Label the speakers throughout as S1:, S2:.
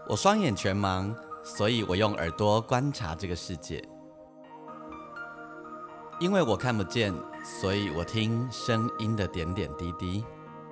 S1: 我双眼全盲，所以我用耳朵观察这个世界。因为我看不见，所以我听声音的点点滴滴。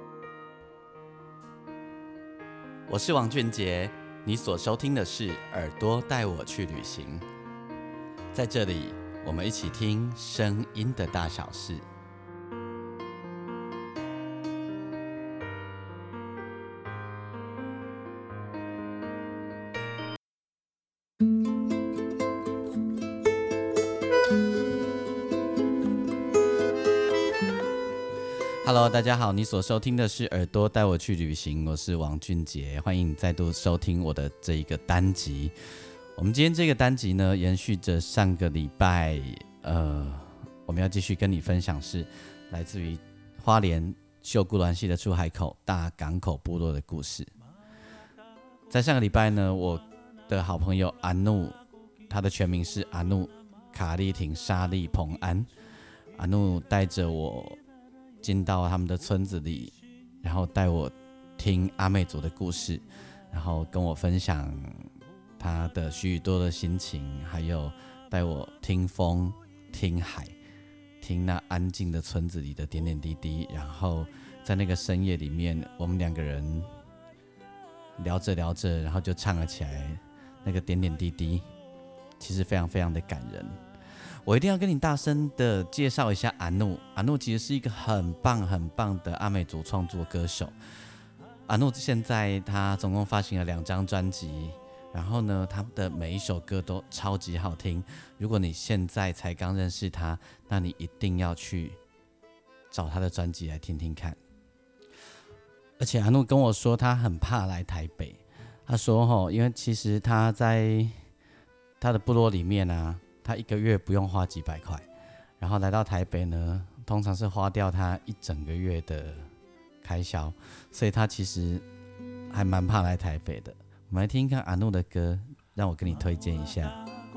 S1: 我是王俊杰，你所收听的是《耳朵带我去旅行》。在这里，我们一起听声音的大小事。Hello， 大家好，你所收听的是《耳朵带我去旅行》，我是王俊杰，欢迎你再度收听我的这一个单集。我们今天这个单集呢，延续着上个礼拜，我们要继续跟你分享是来自于花莲秀姑峦溪的出海口大港口部落的故事。在上个礼拜呢，我的好朋友阿努，他的全名是阿努卡利廷沙利彭安，阿努带着我进到他们的村子里，然后带我听阿美族的故事，然后跟我分享他的许多的心情，还有带我听风、听海、听那安静的村子里的点点滴滴。然后在那个深夜里面，我们两个人聊着聊着，然后就唱了起来。那个点点滴滴，其实非常非常的感人。我一定要跟你大声的介绍一下阿努。阿努其实是一个很棒很棒的阿美族创作歌手。阿努现在他总共发行了2张专辑，然后呢，他的每一首歌都超级好听。如果你现在才刚认识他，那你一定要去找他的专辑来听听看。而且阿努跟我说，他很怕来台北。他说因为其实他在他的部落里面啊，他1个月不用花几百块，然后来到台北呢，通常是花掉他1整个月的开销，所以他其实还蛮怕来台北的。我们来听看阿努的歌，让我跟你推荐一下。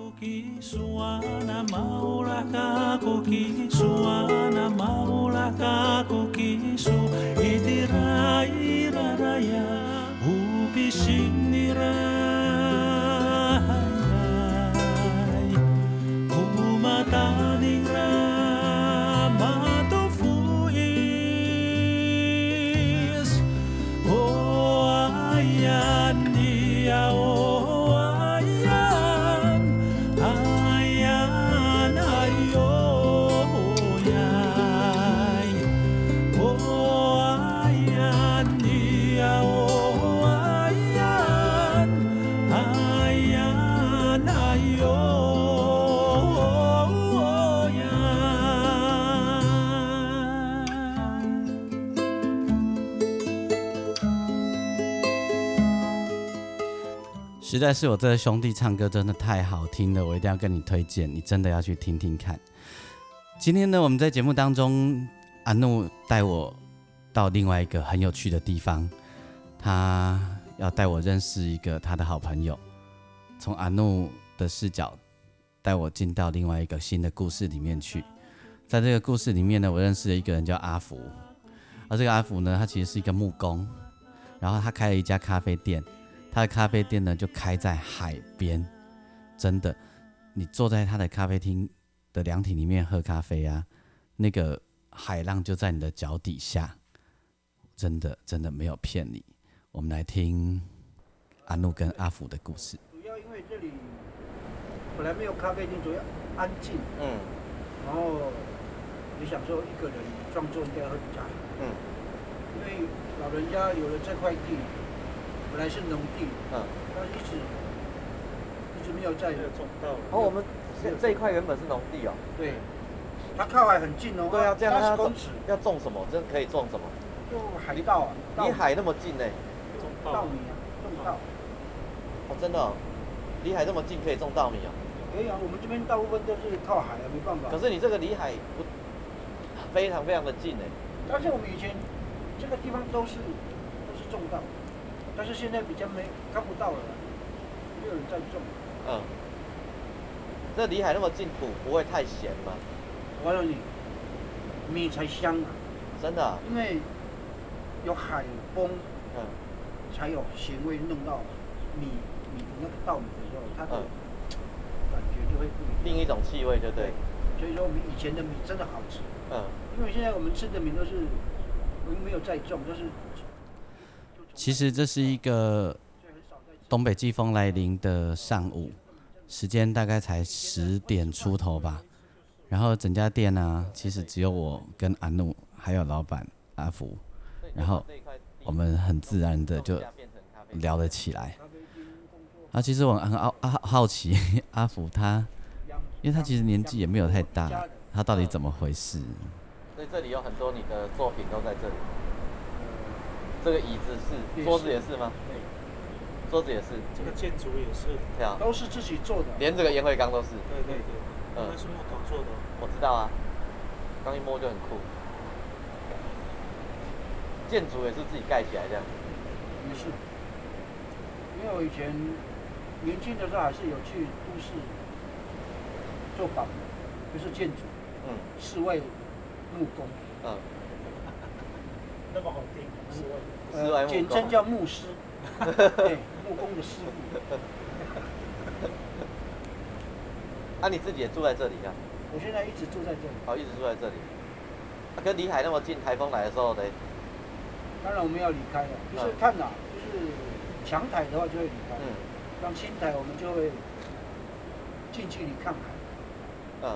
S1: 实在是我这个兄弟唱歌真的太好听了，我一定要跟你推荐，你真的要去听听看。今天呢，我们在节目当中，阿努带我到另外一个很有趣的地方，他要带我认识一个他的好朋友，从阿努的视角带我进到另外一个新的故事里面去。在这个故事里面呢，我认识了一个人叫阿福，而这个阿福呢，他其实是一个木工，然后他开了一家咖啡店。他的咖啡店呢，就开在海边，真的，你坐在他的咖啡厅的凉亭里面喝咖啡啊，那个海浪就在你的脚底下，真的真的没有骗你。我们来听阿努跟阿福的故事。
S2: 主要因为这里本来没有咖啡厅，主要安静，然后也想说一个人创作应该会比较好，因为老人家有了这块地。本来是农地，但一直没有在种到。
S3: 我们这一块原本是农地哦。
S2: 对，它靠海很近哦。
S3: 对啊，这样它
S2: 公尺
S3: 要种什么？这可以种什么？
S2: 就海稻啊。
S3: 离海那么近呢？
S2: 种稻米啊，种稻。
S3: 真的哦，离海这么近可以种稻米哦。
S2: 可以啊，我们这边大部分都是靠海啊，没办法。
S3: 可是你这个离海不非常非常的近呢。
S2: 但是我们以前这个地方都是种稻。但是现在比较看不到了，没有人在种。
S3: 这离海那么近，土不会太咸吗？
S2: 我告诉你，米才香啊！
S3: 真的、啊？
S2: 因为有海风，才有咸味弄到米米的那个稻米的时候，它的感觉就会不一样，
S3: 另一种气味，就对。
S2: 所以说我们以前的米真的好吃。因为现在我们吃的米都是我们没有再种，都是。
S1: 其实这是一个东北季风来临的上午，时间大概才10点出头吧。然后整家店啊，其实只有我跟阿怒还有老板阿福，然后我们很自然的就聊了起来。其实我很好奇阿福他，因为他其实年纪也没有太大，他到底怎么回事？
S3: 所以这里有很多你的作品都在这里。这个椅子是，桌子也是吗？对，桌子也是。
S4: 这个建筑也是。
S3: 对啊。
S2: 都是自己做的。
S3: 连这个烟灰缸都是。
S4: 对对对。那是木头做的。
S3: 我知道啊，刚一摸就很酷。建筑也是自己盖起来这样。
S2: 也是。因为我以前年轻的时候还是有去都市做板模，就是建筑。室外木工。
S4: 那么好听，
S3: 室外木工。
S2: 简称叫木师。对，木工的师傅。
S3: 你自己也住在这里啊？
S2: 我现在一直住在这里。
S3: 一直住在这里。跟离海那么近，台风来的时候呢？
S2: 当然我们要离开了，就是看哪，就是强台的话就会离开，像轻台我们就会近距离看海。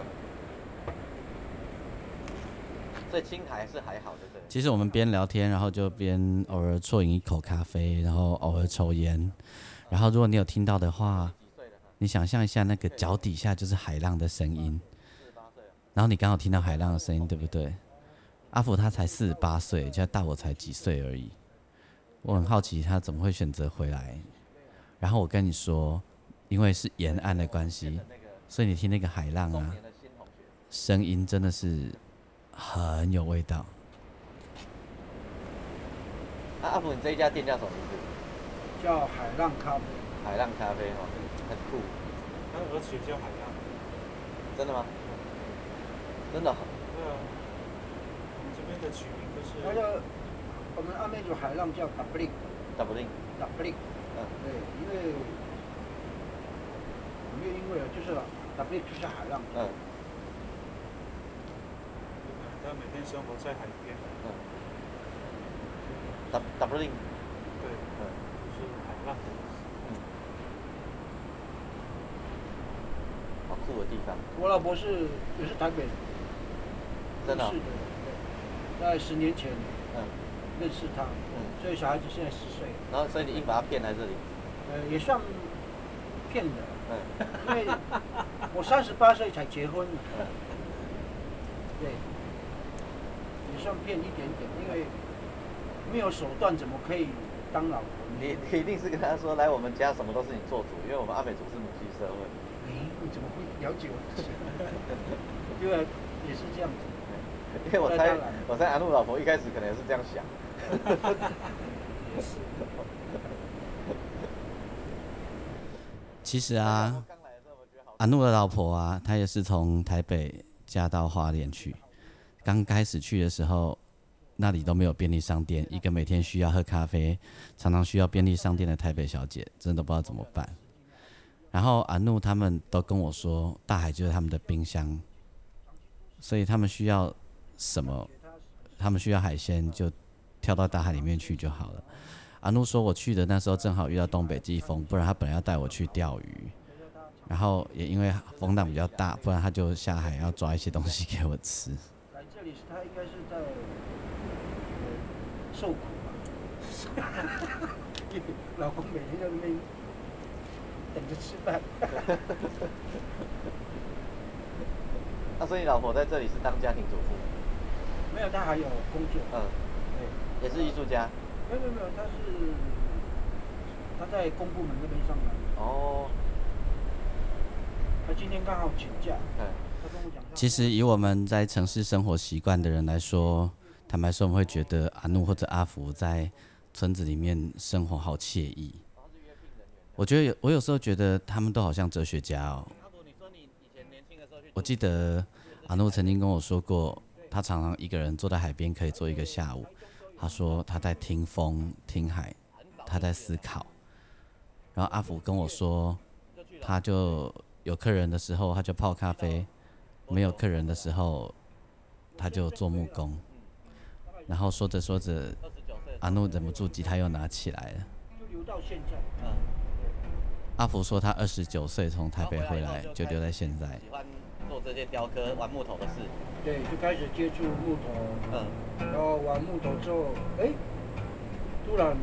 S3: 所以轻台是还好的，对。
S1: 其实我们边聊天，然后就边偶尔啜饮一口咖啡，然后偶尔抽烟，然后如果你有听到的话，你想象一下那个脚底下就是海浪的声音，然后你刚好听到海浪的声音，对不对？阿福他才48岁，就大我才几岁而已。我很好奇他怎么会选择回来。然后我跟你说，因为是沿岸的关系，所以你听那个海浪啊，声音真的是很有味道。
S3: 阿福，你这一家店叫什么名字？
S2: 叫海浪咖啡。
S3: 海浪咖啡很酷。
S4: 那我取叫海浪。
S3: 真的吗？真的。
S4: 对啊。我们这边的取名都是。
S2: 那个我们阿美族海浪叫 Dublin。对，因为没有因为就是 Dublin 就是海浪。
S4: 他每天生活在海边。
S3: Dublin。
S4: 对。就是海浪。
S3: 好酷的地方。
S2: 我老婆也是台北人。
S3: 真的。
S2: 是的，在10年前。认识他。所以小孩子现在10岁。
S3: 然后，所以你硬把他骗来这里。
S2: 也算骗的。因为我38岁才结婚。对。也算骗一点点，因为没有手段怎么可以当老婆？
S3: 你一定是跟他说，来我们家什么都是你做主，因为我们阿美族是母系社会。
S2: 你怎么会了解我？因为也是这样子。
S3: 因为我猜阿怒老婆一开始可能也是这样想。
S4: 也是。
S1: 其实啊，阿怒的老婆啊，她也是从台北嫁到花莲去。刚开始去的时候，那里都没有便利商店，一个每天需要喝咖啡、常常需要便利商店的台北小姐，真的不知道怎么办。然后阿怒他们都跟我说，大海就是他们的冰箱，所以他们需要什么，他们需要海鲜，就跳到大海里面去就好了。阿怒说，我去的那时候正好遇到东北季风，不然他本来要带我去钓鱼，然后也因为风浪比较大，不然他就下海要抓一些东西给我吃。
S2: 来这里他应该是在受苦吧？老公每天在那边等着吃饭。
S3: 所以你老婆在这里是当家庭主妇？
S2: 没有，她还有工作。
S3: 对。也是艺术家。
S2: 没有，他在公部门那边上班。他今天刚好请假。他跟我讲。
S1: 其实以我们在城市生活习惯的人来说，坦白说，我们会觉得阿怒或者阿福在村子里面生活好惬意。我觉得我有时候觉得他们都好像哲学家哦。我记得阿怒曾经跟我说过，他常常一个人坐在海边可以坐1个下午。他说他在听风听海，他在思考。 然后阿福跟我说，他就有客人的时候他就泡咖啡，没有客人的时候他就做木工。然后说着说着，阿怒忍不住吉他又拿起来了。
S2: 就留到现在。
S1: 阿福说他29岁从台北回来，就留在现在。
S3: 喜欢做这些雕刻、玩木头的事。
S2: 对，就开始接触木头。然后玩木头之后，突然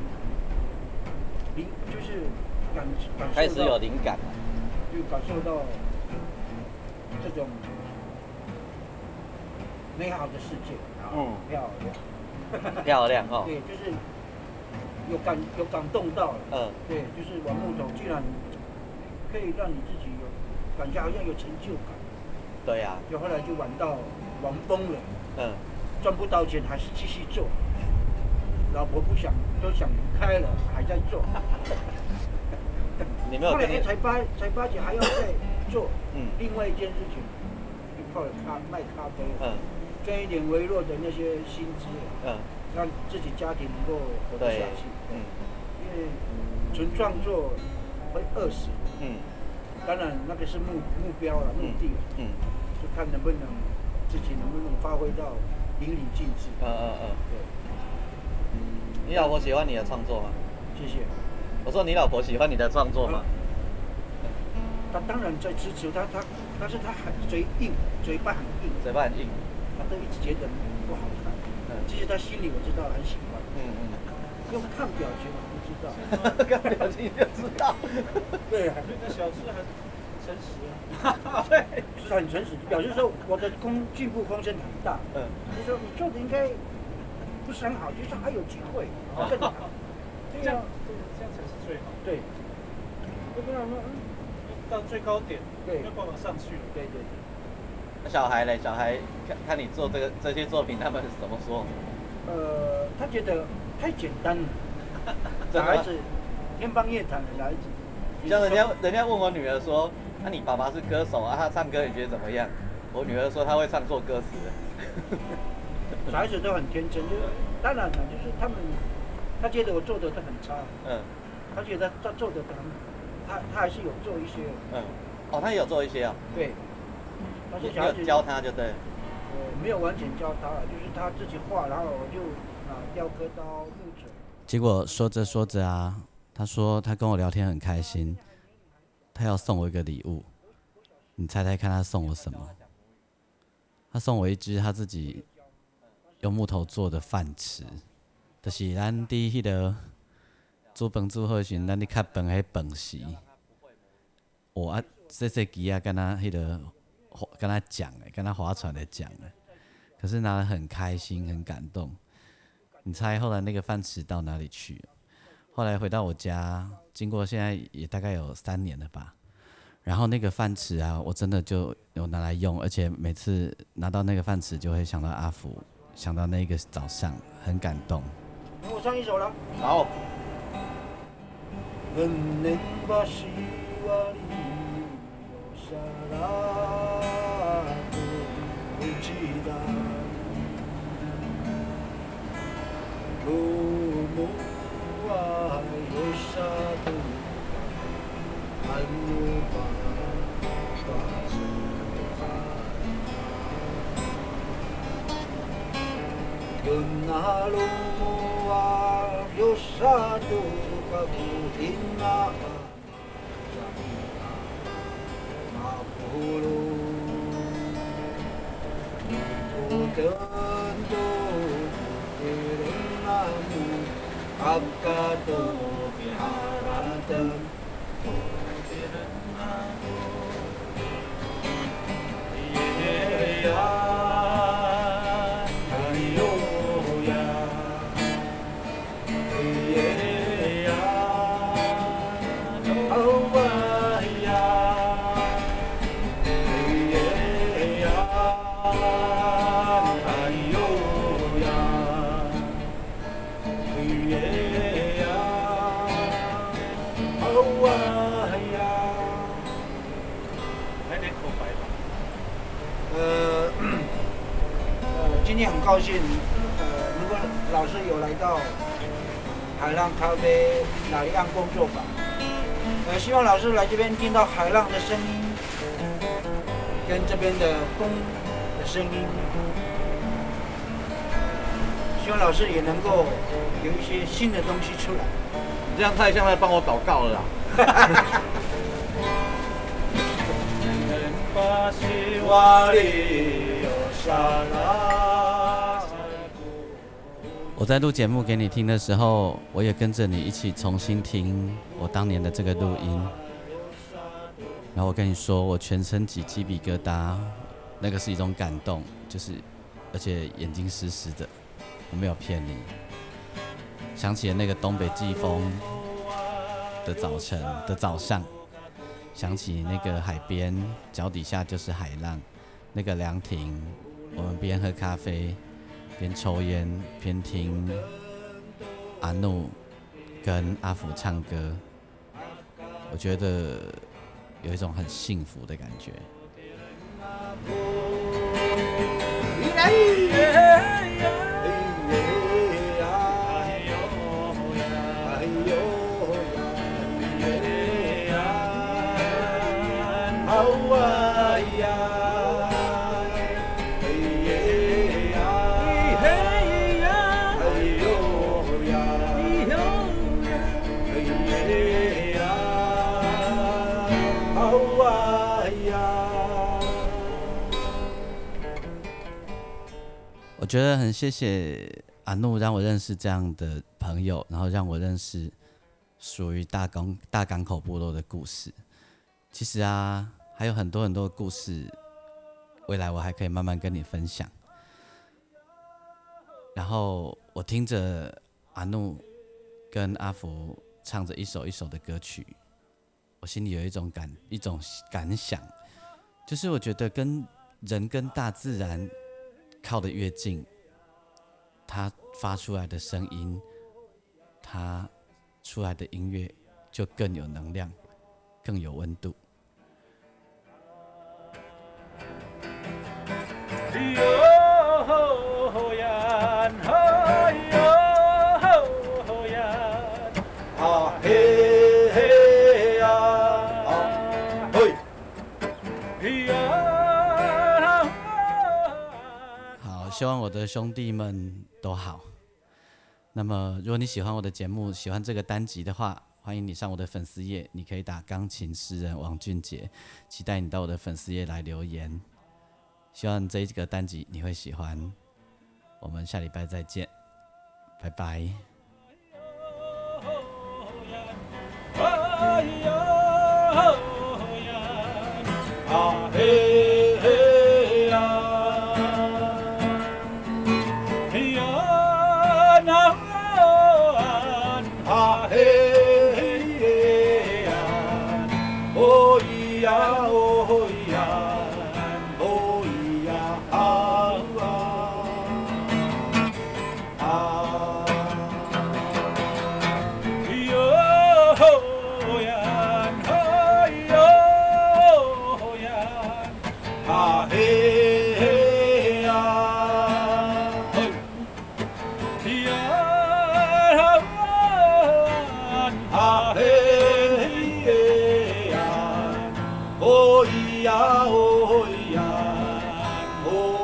S2: 就是感受到
S3: 开始有灵感了，
S2: 就感受到这种美好的世界。漂亮。
S3: 漂亮哦。
S2: 对，就是有感动到了。对，就是玩木头，居然可以让你自己有感觉，好像有成就感。
S3: 对呀。
S2: 就后来就玩疯了。赚不到钱还是继续做。老婆都想离开了，还在做。
S3: 你没有？后
S2: 来才发觉还要再做。另外一件事情，就靠了卖咖啡。赚一点微弱的那些薪资。让自己家庭能够活得下去。因为纯创作会饿死。当然那个是目标了，目的。就看自己能不能发挥到淋漓尽致。对。
S3: 你老婆喜欢你的创作吗？
S2: 谢谢。
S3: 我说你老婆喜欢你的创作吗？
S2: 她当然在支持她，但是她很嘴巴很硬。嘴巴很硬。她都一直觉得不好看。其实她心里我知道很喜欢。用看表情我不知道。
S3: 看表情就知道。
S2: 对啊。
S4: 所以那小智很诚实
S2: 啊。对。是很诚实，表示说我的进步空间很大。就是说你做的应该不是很好，就是还有机会更好。
S4: 这样才是最好。
S2: 对。就跟他说，
S4: 到最高点，
S2: 对，
S4: 没有办法上去了。
S2: 对。
S3: 那小孩嘞？小孩看你做这些作品，他们怎么说？
S2: 他觉得太简单了。小孩子天方夜谭的小孩子。
S3: 像人家问我女儿说，那你爸爸是歌手啊，他唱歌你觉得怎么样？我女儿说他会唱错歌词。
S2: 小孩子都很天真，就是当然了，就是他觉得我做的都很差。他觉得他做的他还是有做一些。
S3: 他也有做一些啊。
S2: 对。但是小孩子
S3: 教他就对。
S2: 没有完全教他了，就是他自己画，然后我就拿雕刻刀、木锤。
S1: 结果说着说着啊，他说他跟我聊天很开心，他要送我一个礼物。你猜猜看他送我什么？他送我一只他自己用木头做的饭匙，就是咱伫迄个煮饭煮好时，咱伫较饭迄饭匙。细支啊，跟他迄个跟他讲的，跟他划船的讲的，可是拿得很开心，很感动。你猜后来那个饭匙到哪里去了？后来回到我家，经过现在也大概有3年了吧。然后那个饭匙啊，我真的就有拿来用，而且每次拿到那个饭匙，就会想到阿福，想到那个早上，很感动。
S2: 我唱一首了。
S3: 好。
S2: 今天很高兴，如果老师有来到海浪咖啡哪一样工作坊， 希望老师来这边听到海浪的声音，跟这边的风的声音。希望老师也能够有一些新的东西出来。
S3: 你这样太像在帮我祷告了啦。
S1: 我在录节目给你听的时候，我也跟着你一起重新听我当年的这个录音。然后我跟你说，我全身起鸡皮疙瘩，那个是一种感动，就是而且眼睛湿湿的，我没有骗你。想起了那个东北季风的早晨的早上，想起那个海边，脚底下就是海浪，那个凉亭，我们边喝咖啡，边抽烟，边听阿怒跟阿福唱歌，我觉得有一种很幸福的感觉。我觉得很谢谢阿怒让我认识这样的朋友，然后让我认识属于大港口部落的故事。其实啊，还有很多很多的故事，未来我还可以慢慢跟你分享。然后我听着阿怒跟阿福唱着一首一首的歌曲，我心里有一种感想，就是我觉得跟人跟大自然靠得越近，它发出来的声音，它出来的音乐就更有能量，更有温度。希望我的兄弟们都好。那么，如果你喜欢我的节目，喜欢这个单集的话，欢迎你上我的粉丝页，你可以打钢琴诗人王俊杰，期待你到我的粉丝页来留言。希望这个单集你会喜欢。我们下礼拜再见，拜拜。
S2: 哦呀，哦呀，哦。